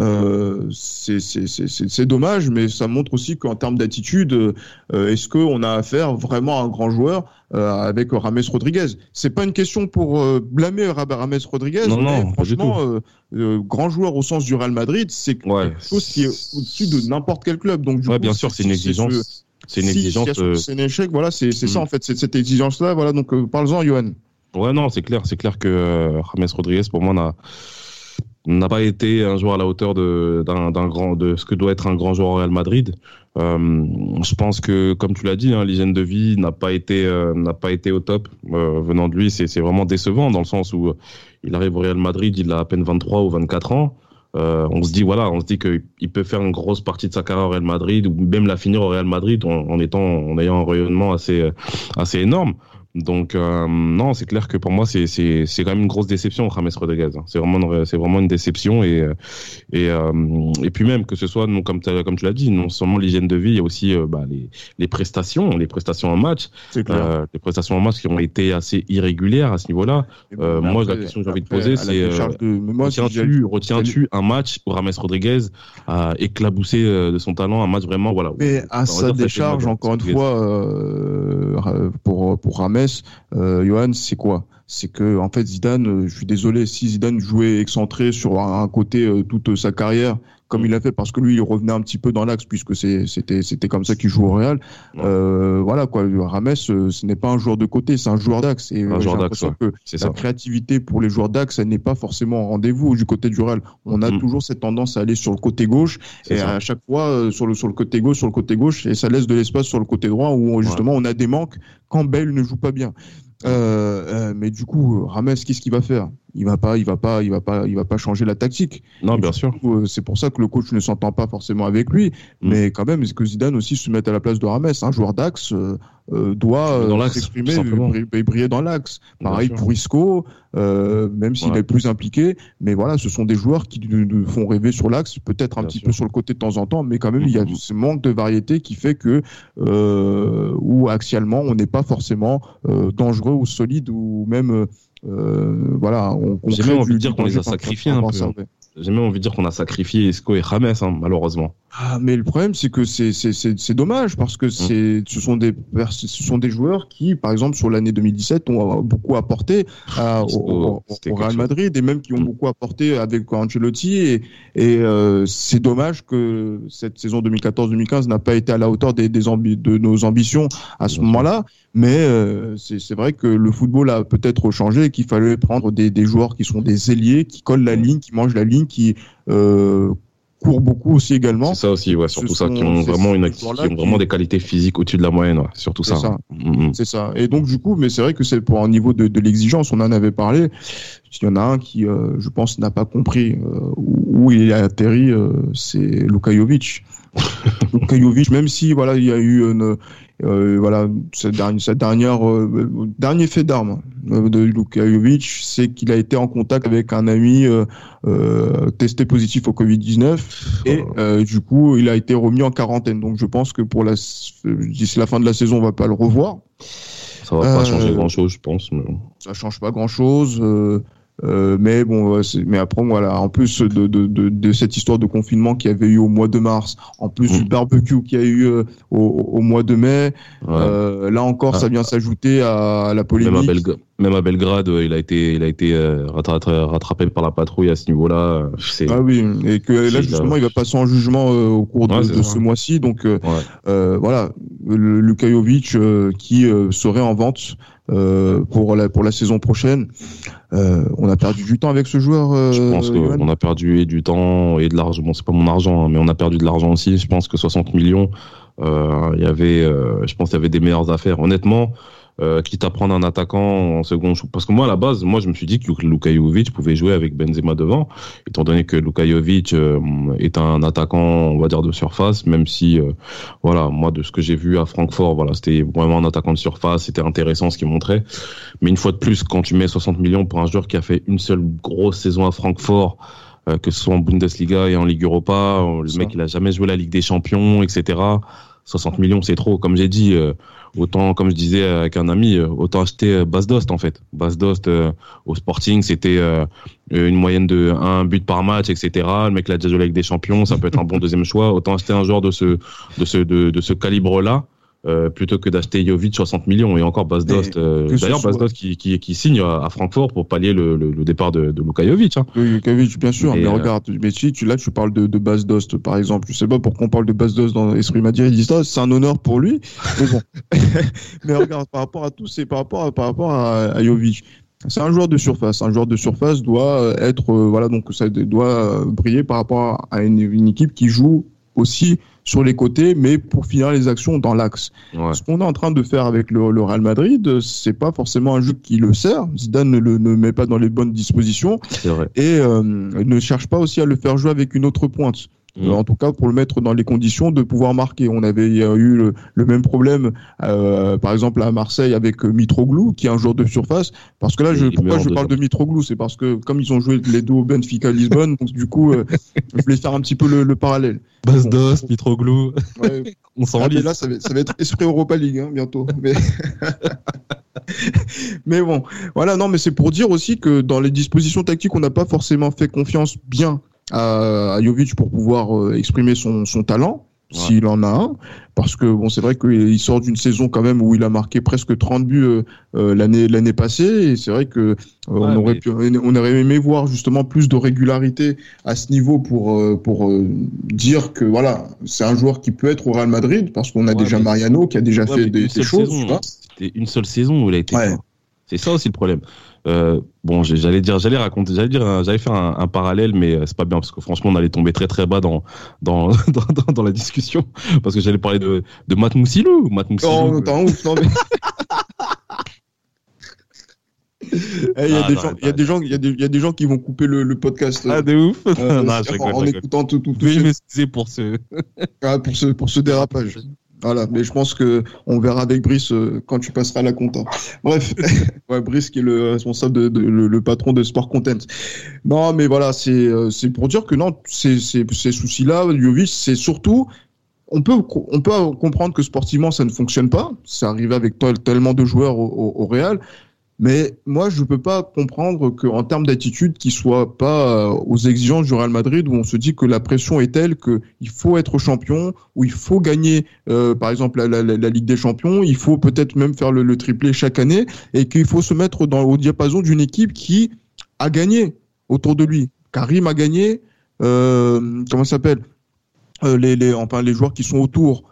Speaker 2: c'est dommage, mais ça montre aussi qu'en termes d'attitude, est-ce qu'on a affaire vraiment à un grand joueur avec James Rodriguez? C'est pas une question pour blâmer James Rodriguez,
Speaker 3: non,
Speaker 2: franchement, grand joueur au sens du Real Madrid, c'est quelque chose qui est au-dessus de n'importe quel club. Donc, du coup,
Speaker 3: bien sûr, c'est une exigence. C'est
Speaker 2: un échec, voilà, c'est ça en fait, c'est cette exigence-là, voilà. Donc, parle-en, Johan.
Speaker 3: Ouais, non, c'est clair que James Rodriguez, pour moi, n'a pas été un joueur à la hauteur de ce que doit être un grand joueur au Real Madrid. Je pense que, comme tu l'as dit, l'hygiène de vie n'a pas été au top venant de lui. C'est vraiment décevant dans le sens où il arrive au Real Madrid, il a à peine 23 ou 24 ans. On se dit qu'il peut faire une grosse partie de sa carrière au Real Madrid ou même la finir au Real Madrid en ayant un rayonnement assez énorme. Donc non, c'est clair que pour moi c'est quand même une grosse déception, James Rodriguez. C'est vraiment une déception et puis même que ce soit comme tu l'as dit, non seulement l'hygiène de vie, il y a aussi les prestations en match. Les prestations en match qui ont été assez irrégulières à ce niveau-là. Moi la question que j'ai envie de poser c'est retiens-tu un match où James Rodriguez a éclaboussé de son talent un match vraiment
Speaker 2: Mais à sa décharge, encore une fois, pour James, Johan, c'est quoi? C'est que en fait Zidane, je suis désolé, si Zidane jouait excentré sur un côté toute sa carrière, comme il a fait, parce que lui il revenait un petit peu dans l'axe puisque c'était comme ça qu'il joue au Real. Voilà quoi, James, ce n'est pas un joueur de côté, c'est un joueur d'axe. Et j'ai l'impression que la créativité pour les joueurs d'axe, elle n'est pas forcément au rendez-vous du côté du Real. On a toujours cette tendance à aller sur le côté gauche à chaque fois sur le côté gauche, et ça laisse de l'espace sur le côté droit où justement on a des manques quand Bale ne joue pas bien. Mais du coup, James, qu'est-ce qu'il va faire? il va pas changer la tactique.
Speaker 3: Non, bien sûr.
Speaker 2: C'est pour ça que le coach ne s'entend pas forcément avec lui, mais quand même, est-ce que Zidane aussi se mette à la place de Rames, un joueur d'axe doit s'exprimer et briller dans l'axe. Pareil pour Isco, même s'il est plus impliqué, mais voilà, ce sont des joueurs qui nous font rêver sur l'axe, peut-être un petit peu sur le côté de temps en temps, mais quand même il y a ce manque de variété qui fait que où axialement on n'est pas forcément dangereux ou solide ou même voilà.
Speaker 3: J'ai même envie de dire qu'on les a sacrifiés un peu. J'ai même envie de dire qu'on a sacrifié Isco et James, malheureusement.
Speaker 2: Ah, mais le problème, c'est que c'est dommage parce que ce sont des joueurs qui, par exemple, sur l'année 2017, ont beaucoup apporté au Real Madrid et même qui ont beaucoup apporté avec Ancelotti et c'est dommage que cette saison 2014-2015 n'a pas été à la hauteur de nos ambitions à ce moment-là. Mais c'est vrai que le football a peut-être changé et qu'il fallait prendre des joueurs qui sont des ailiers, qui collent la ligne, qui mangent la ligne, qui courent beaucoup aussi également.
Speaker 3: C'est ça aussi, ouais, surtout ça, qui ont vraiment des qualités physiques au-dessus de la moyenne, ouais, surtout ça.
Speaker 2: C'est ça. Et donc du coup, mais c'est vrai que c'est pour un niveau de l'exigence, on en avait parlé. Il y en a un qui, je pense, n'a pas compris où il a atterri, c'est Luka Jovic. Luka Jovic, même si voilà, il y a eu dernier fait d'armes de Luka Jovic, c'est qu'il a été en contact avec un ami testé positif au Covid-19 et du coup il a été remis en quarantaine. Donc je pense que d'ici la fin de la saison on va pas le revoir.
Speaker 3: Ça va pas changer grand chose, je pense. Mais...
Speaker 2: Ça change pas grand chose. Mais bon, mais après voilà, en plus de cette histoire de confinement qu'il y avait eu au mois de mars, en plus du barbecue qu'il y a eu au mois de mai, là encore ça vient s'ajouter à la polémique.
Speaker 3: Même à Belgrade, il a été rattrapé par la patrouille à ce niveau-là.
Speaker 2: Ah oui, et que là justement il va passer en jugement au cours de ce mois-ci. Donc voilà, Luka Jovic qui serait en vente pour la saison prochaine. On a perdu du temps avec ce joueur.
Speaker 3: Je pense qu'on a perdu du temps et de l'argent. Bon, c'est pas mon argent, hein, mais on a perdu de l'argent aussi. Je pense que 60 millions, il y avait des meilleures affaires. Honnêtement, quitte à prendre un attaquant en second, parce que moi à la base, je me suis dit que Luka Jovic pouvait jouer avec Benzema devant, étant donné que Luka Jovic est un attaquant, on va dire, de surface, même si moi de ce que j'ai vu à Francfort, c'était vraiment un attaquant de surface, c'était intéressant ce qu'il montrait, mais une fois de plus, quand tu mets 60 millions pour un joueur qui a fait une seule grosse saison à Francfort, que ce soit en Bundesliga et en Ligue Europa, le mec il a jamais joué la Ligue des Champions, etc. 60 millions, c'est trop. Comme j'ai dit, autant, comme je disais avec un ami, autant acheter Bas Dost, en fait. Bas Dost, au Sporting, c'était une moyenne de 1 but par match, etc. Le mec, il a déjà joué avec des champions, ça peut être un bon deuxième choix. Autant acheter un joueur de ce calibre-là, plutôt que d'acheter Jovic 60 millions. Et encore Bas Dost, d'ailleurs Bas Dost qui signe à Francfort pour pallier le départ de Luka Jovic. Hein.
Speaker 2: Luka Jovic, bien sûr, mais regarde, mais si tu parles de Bas Dost par exemple, je sais pas pourquoi on parle de Bas Dost dans Esprit Madrid, c'est un honneur pour lui, mais bon. Mais regarde, par rapport à tout, c'est par rapport à Jovic. C'est un joueur de surface. Un joueur de surface doit être, donc ça doit briller par rapport à une équipe qui joue aussi sur les côtés, mais pour finir les actions dans l'axe. Ouais. Ce qu'on est en train de faire avec le Real Madrid, c'est pas forcément un jeu qui le sert. Zidane ne met pas dans les bonnes dispositions et ne cherche pas aussi à le faire jouer avec une autre pointe. En tout cas, pour le mettre dans les conditions de pouvoir marquer. Il y a eu le même problème, par exemple, à Marseille avec Mitroglou, qui est un joueur de surface. Parce que là, pourquoi je parle de Mitroglou, c'est parce que comme ils ont joué les deux au Benfica Lisbonne, donc du coup, je voulais faire un petit peu le parallèle.
Speaker 3: Bas Dost, Mitroglou.
Speaker 2: Ouais. On s'en lit. Là, ça va être Esprit Europa League, bientôt. Mais bon, voilà, non, mais c'est pour dire aussi que dans les dispositions tactiques, on n'a pas forcément fait confiance bien à Jovic pour pouvoir exprimer son talent, s'il en a un, parce que bon, c'est vrai qu'il sort d'une saison quand même où il a marqué presque 30 buts l'année passée, et c'est vrai que on aurait aimé voir justement plus de régularité à ce niveau pour dire que voilà, c'est un joueur qui peut être au Real Madrid, parce qu'on a déjà Mariano qui a déjà fait des choses.
Speaker 3: C'était une seule saison où il a été fort. C'est ça aussi le problème. J'allais faire un parallèle, mais c'est pas bien parce que franchement on allait tomber très très bas dans la discussion, parce que j'allais parler de Matt Moussilou.
Speaker 2: Oh, t'es un ouf, non mais. Il y a des gens qui vont couper le podcast.
Speaker 4: De ouf.
Speaker 2: En écoutant tout.
Speaker 4: Je m'excuser pour
Speaker 2: ce dérapage. Voilà, mais je pense que on verra avec Brice quand tu passeras à la compta. Bref, ouais, Brice qui est le responsable le patron de Sport Content. Non, mais voilà, c'est pour dire que non, ces soucis-là, Jovic, c'est surtout. On peut comprendre que sportivement ça ne fonctionne pas. Ça arrive avec tellement de joueurs au Real. Mais moi, je peux pas comprendre qu'en termes d'attitude, qu'ils soient pas aux exigences du Real Madrid, où on se dit que la pression est telle qu'il faut être champion, où il faut gagner, par exemple, la Ligue des Champions, il faut peut-être même faire le triplé chaque année, et qu'il faut se mettre au diapason d'une équipe qui a gagné autour de lui. Karim a gagné, comment ça s'appelle, les joueurs qui sont autour.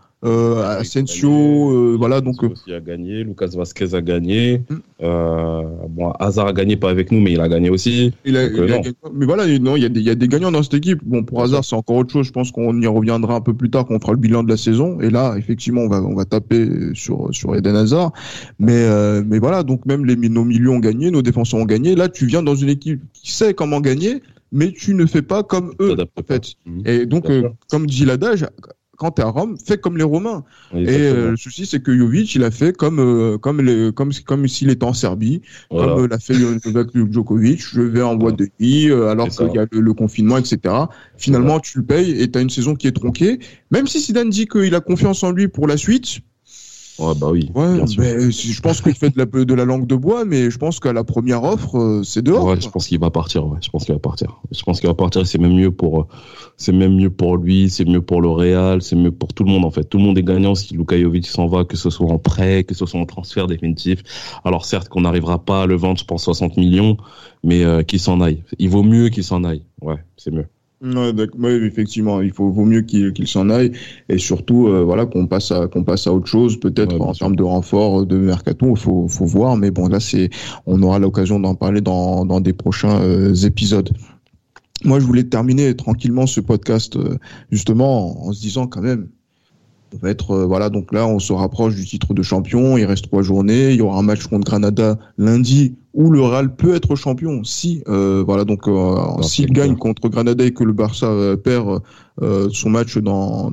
Speaker 2: Asensio, voilà, donc
Speaker 3: aussi a gagné, Lucas Vazquez a gagné, Hazard a gagné, pas avec nous, mais il a gagné aussi.
Speaker 2: Mais voilà, non, il y a des gagnants dans cette équipe. Bon, pour Hazard, c'est encore autre chose. Je pense qu'on y reviendra un peu plus tard quand on fera le bilan de la saison. Et là, effectivement, on va taper sur Eden Hazard. Mais voilà, donc même nos milieux ont gagné, nos défenseurs ont gagné. Là, tu viens dans une équipe qui sait comment gagner, mais tu ne fais pas comme eux, en fait. Et donc, comme dit l'adage, quand t'es à Rome, fais comme les Romains. Le souci, c'est que Jovic, il a fait comme s'il était en Serbie, voilà. Comme l'a fait Novak Djokovic. Je vais en boîte de nuit, alors qu'il y a le confinement, etc. Finalement, tu le payes et t'as une saison qui est tronquée. Même si Zidane dit qu'il a confiance en lui pour la suite.
Speaker 3: Ouais, bah oui.
Speaker 2: Ouais, mais je pense qu'il fait de la langue de bois, mais je pense qu'à la première offre, c'est dehors.
Speaker 3: Ouais, je pense qu'il va partir. Ouais, je pense qu'il va partir. C'est même mieux pour lui, c'est mieux pour le Real, c'est mieux pour tout le monde en fait. Tout le monde est gagnant si Luka Jovic s'en va, que ce soit en prêt, que ce soit en transfert définitif. Alors certes qu'on n'arrivera pas à le vendre, je pense 60 millions, mais qu'il s'en aille. Il vaut mieux qu'il s'en aille. Ouais, c'est mieux.
Speaker 2: Ouais, effectivement, vaut mieux qu'il s'en aille et surtout voilà qu'on passe à autre chose peut-être en termes de renfort de mercato, faut voir, mais bon là on aura l'occasion d'en parler dans des prochains épisodes. Moi je voulais terminer tranquillement ce podcast justement en se disant quand même on va être donc là on se rapproche du titre de champion, il reste 3 journées, il y aura un match contre Granada lundi où le Real peut être champion si s'il gagne contre Granada et que le Barça perd son match dans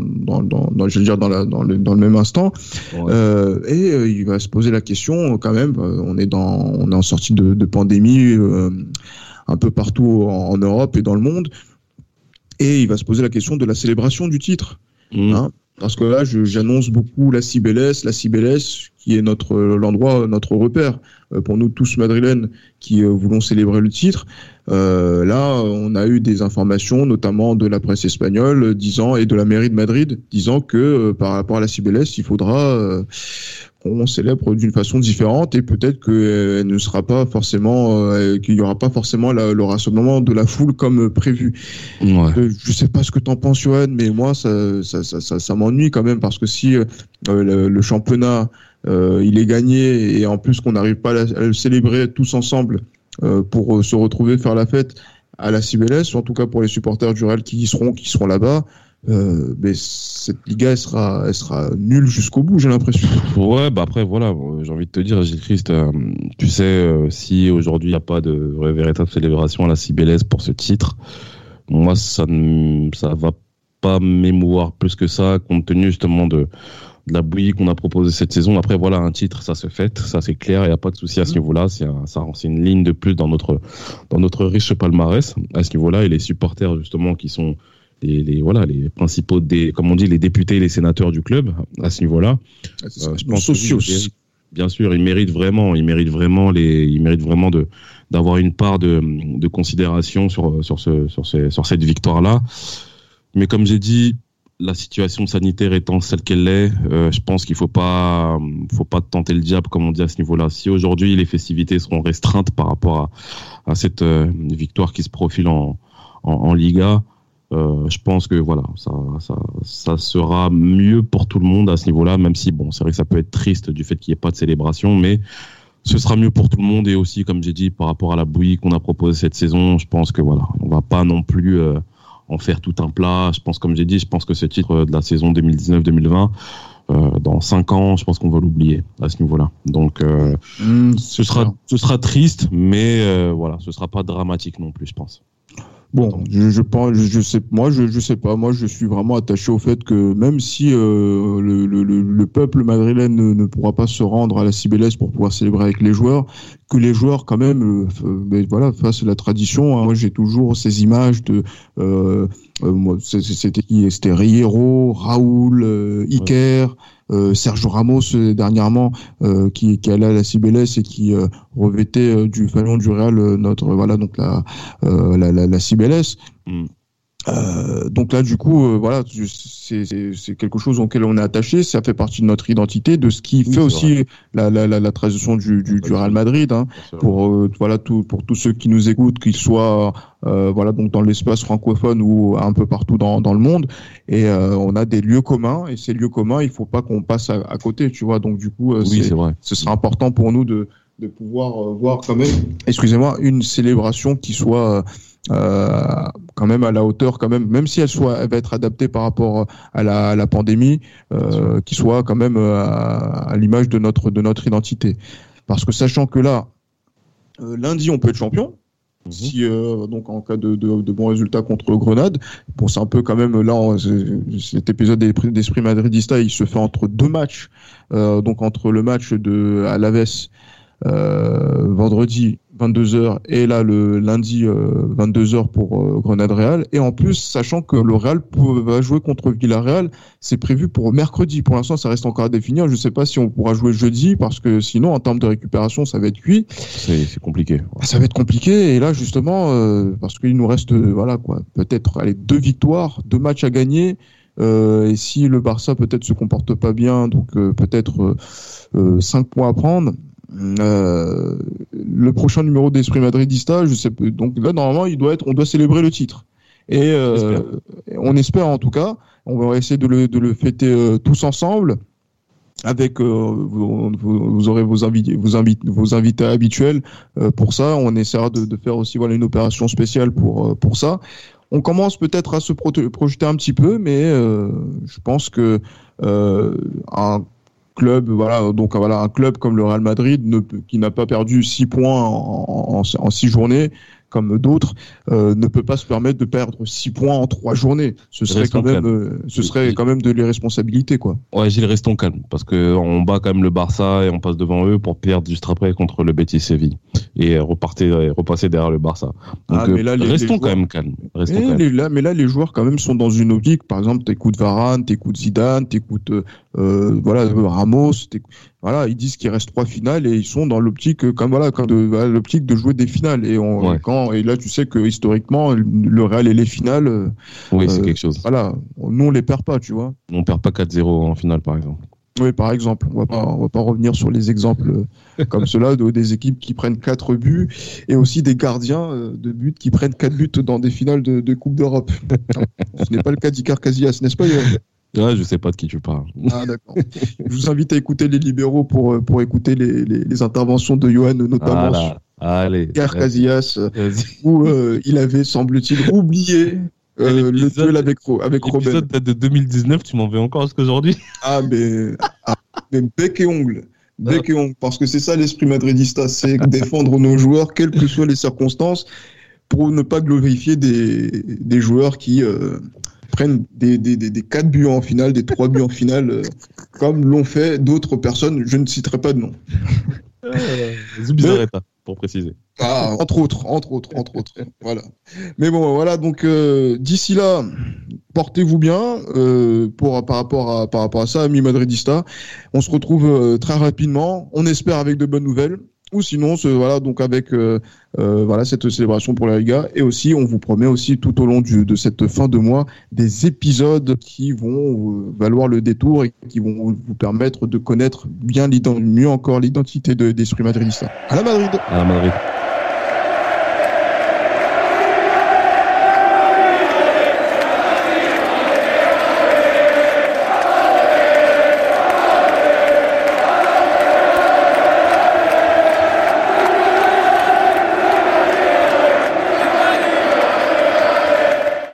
Speaker 2: le même instant, il va se poser la question quand même, on est en sortie de pandémie un peu partout en Europe et dans le monde, et il va se poser la question de la célébration du titre. Parce que là, j'annonce beaucoup la Cibeles qui est notre repère pour nous tous madrilènes qui voulons célébrer le titre. Là, on a eu des informations, notamment de la presse espagnole, et de la mairie de Madrid, disant que par rapport à la Cibeles, il faudra qu'on célèbre d'une façon différente et peut-être qu'elle ne sera pas forcément, qu'il n'y aura pas forcément le rassemblement de la foule comme prévu. Ouais. Je sais pas ce que t'en penses, Johan, mais moi ça m'ennuie quand même parce que si le championnat il est gagné et en plus qu'on n'arrive pas à le célébrer tous ensemble pour se retrouver faire la fête à la Cibeles, en tout cas pour les supporters du Real qui seront là-bas. Mais cette Liga elle sera nulle jusqu'au bout, j'ai l'impression.
Speaker 3: Ouais, bah après voilà, j'ai envie de te dire, Gilles Christ, tu sais, si aujourd'hui il n'y a pas de véritable célébration à la Cibeles pour ce titre, moi ça va pas m'émouvoir plus que ça, compte tenu justement de la bouillie qu'on a proposée cette saison. Après voilà, un titre ça se fête, ça c'est clair, il n'y a pas de souci à ce niveau-là, c'est une ligne de plus dans notre riche palmarès à ce niveau-là, et les supporters justement qui sont les principaux comme on dit, les députés et les sénateurs du club à ce niveau-là.
Speaker 2: Je pense aussi.
Speaker 3: Bien sûr, ils méritent vraiment d'avoir une part de considération sur cette victoire-là. Mais comme j'ai dit, la situation sanitaire étant celle qu'elle est, je pense qu'il faut pas tenter le diable, comme on dit à ce niveau-là. Si aujourd'hui les festivités seront restreintes par rapport à cette victoire qui se profile en Liga, je pense que voilà, ça sera mieux pour tout le monde à ce niveau-là, même si bon, c'est vrai que ça peut être triste du fait qu'il n'y ait pas de célébration, mais ce sera mieux pour tout le monde. Et aussi, comme j'ai dit, par rapport à la bouillie qu'on a proposée cette saison, je pense que voilà, on va pas non plus en faire tout un plat. Je pense, comme j'ai dit, que ce titre de la saison 2019-2020, Dans 5 ans, je pense qu'on va l'oublier à ce niveau-là. Donc, ce sera triste, mais voilà, ce sera pas dramatique non plus, je pense.
Speaker 2: Bon, je sais pas. Moi, je suis vraiment attaché au fait que même si le peuple madrilène ne pourra pas se rendre à la Cibeles pour pouvoir célébrer avec les joueurs, que les joueurs quand même, fassent la tradition. Hein. Moi, j'ai toujours ces images de, c'était Riero, Raoul, Iker. Sergio Ramos dernièrement qui allait à la Cibeles et qui revêtait du fanion du Real la Cibeles. Donc là, du coup, c'est quelque chose auquel on est attaché. Ça fait partie de notre identité, de ce qui fait aussi la tradition du Real Madrid. Hein, pour tous ceux qui nous écoutent, qu'ils soient donc dans l'espace francophone ou un peu partout dans le monde. Et on a des lieux communs. Et ces lieux communs, il faut pas qu'on passe à côté, tu vois. Donc du coup,
Speaker 3: c'est vrai.
Speaker 2: Ce sera important pour nous de pouvoir voir quand même, une célébration qui soit quand même à la hauteur, quand même si elle va être adaptée par rapport à la pandémie, qui soit quand même à l'image de notre identité. Parce que sachant que là, lundi on peut être champion. Si donc en cas de bons résultats contre Grenade, bon c'est un peu quand même là cet épisode d'Esprit Madridista, il se fait entre 2 matchs, donc entre le match de Alaves vendredi 22h et là le lundi 22h pour Grenade Real, et en plus sachant que le Real va jouer contre Villarreal, c'est prévu pour mercredi. Pour l'instant ça reste encore à définir, je sais pas si on pourra jouer jeudi parce que sinon en termes de récupération ça va être cuit.
Speaker 3: C'est compliqué.
Speaker 2: Ça va être compliqué, et là justement parce qu'il nous reste peut-être 2 victoires, 2 matchs à gagner. Et si le Barça peut-être se comporte pas bien, donc peut-être 5 points à prendre. Le prochain numéro d'Esprit Madridista, je sais pas, donc là normalement on doit célébrer le titre, et on espère en tout cas, on va essayer de le fêter tous ensemble avec vous aurez vos invités habituels pour ça. On essaiera de faire aussi une opération spéciale pour ça. On commence peut-être à se projeter un petit peu, mais je pense que un club, un club comme le Real Madrid qui n'a pas perdu 6 points en 6 journées comme d'autres, ne peut pas se permettre de perdre 6 points en 3 journées. Ce serait quand même de l'irresponsabilité, quoi. Ouais,
Speaker 3: Gilles, restons calmes, parce que on bat quand même le Barça et on passe devant eux pour perdre juste après contre le Betis Séville et repasser derrière le Barça. Donc restons quand même calmes.
Speaker 2: Mais là, les joueurs quand même sont dans une optique. Par exemple, t'écoutes Varane, t'écoutes Zidane, t'écoutes Ramos, ils disent qu'il reste 3 finales et ils sont dans l'optique l'optique de jouer des finales. Et là, tu sais que historiquement, le Real et les finales,
Speaker 3: c'est quelque chose.
Speaker 2: Nous on les perd pas, tu vois.
Speaker 3: On perd pas 4-0 en finale, par exemple.
Speaker 2: Oui, par exemple. On va pas revenir sur les exemples comme ceux-là des équipes qui prennent 4 buts et aussi des gardiens de but qui prennent 4 buts dans des finales de Coupe d'Europe. Ce n'est pas le cas d'Iker Casillas, n'est-ce pas, Yoann ?
Speaker 3: Ouais, je sais pas de qui tu parles.
Speaker 2: Ah, d'accord. Je vous invite à écouter les libéraux pour écouter les interventions de Yoann, notamment Iker Casillas, où il avait, semble-t-il, oublié le duel avec Robben.
Speaker 3: L'épisode date de 2019, tu m'en veux encore jusqu'aujourd'hui?
Speaker 2: Mais bec et ongle. Bec et ongle, parce que c'est ça l'esprit madridista, c'est défendre nos joueurs, quelles que soient les circonstances, pour ne pas glorifier des joueurs qui prennent des 4 buts en finale, des 3 buts en finale, comme l'ont fait d'autres personnes, je ne citerai pas de nom.
Speaker 3: Zubizarreta, pour préciser.
Speaker 2: Entre autres. Voilà. Mais bon, voilà, donc d'ici là, portez-vous bien par rapport à ça, amis madridistas. On se retrouve très rapidement, on espère avec de bonnes nouvelles. Ou sinon, donc avec cette célébration pour la Liga, et aussi on vous promet aussi tout au long de cette fin de mois des épisodes qui vont valoir le détour et qui vont vous permettre de connaître mieux encore l'identité d'Esprit Madridista. À la Madrid.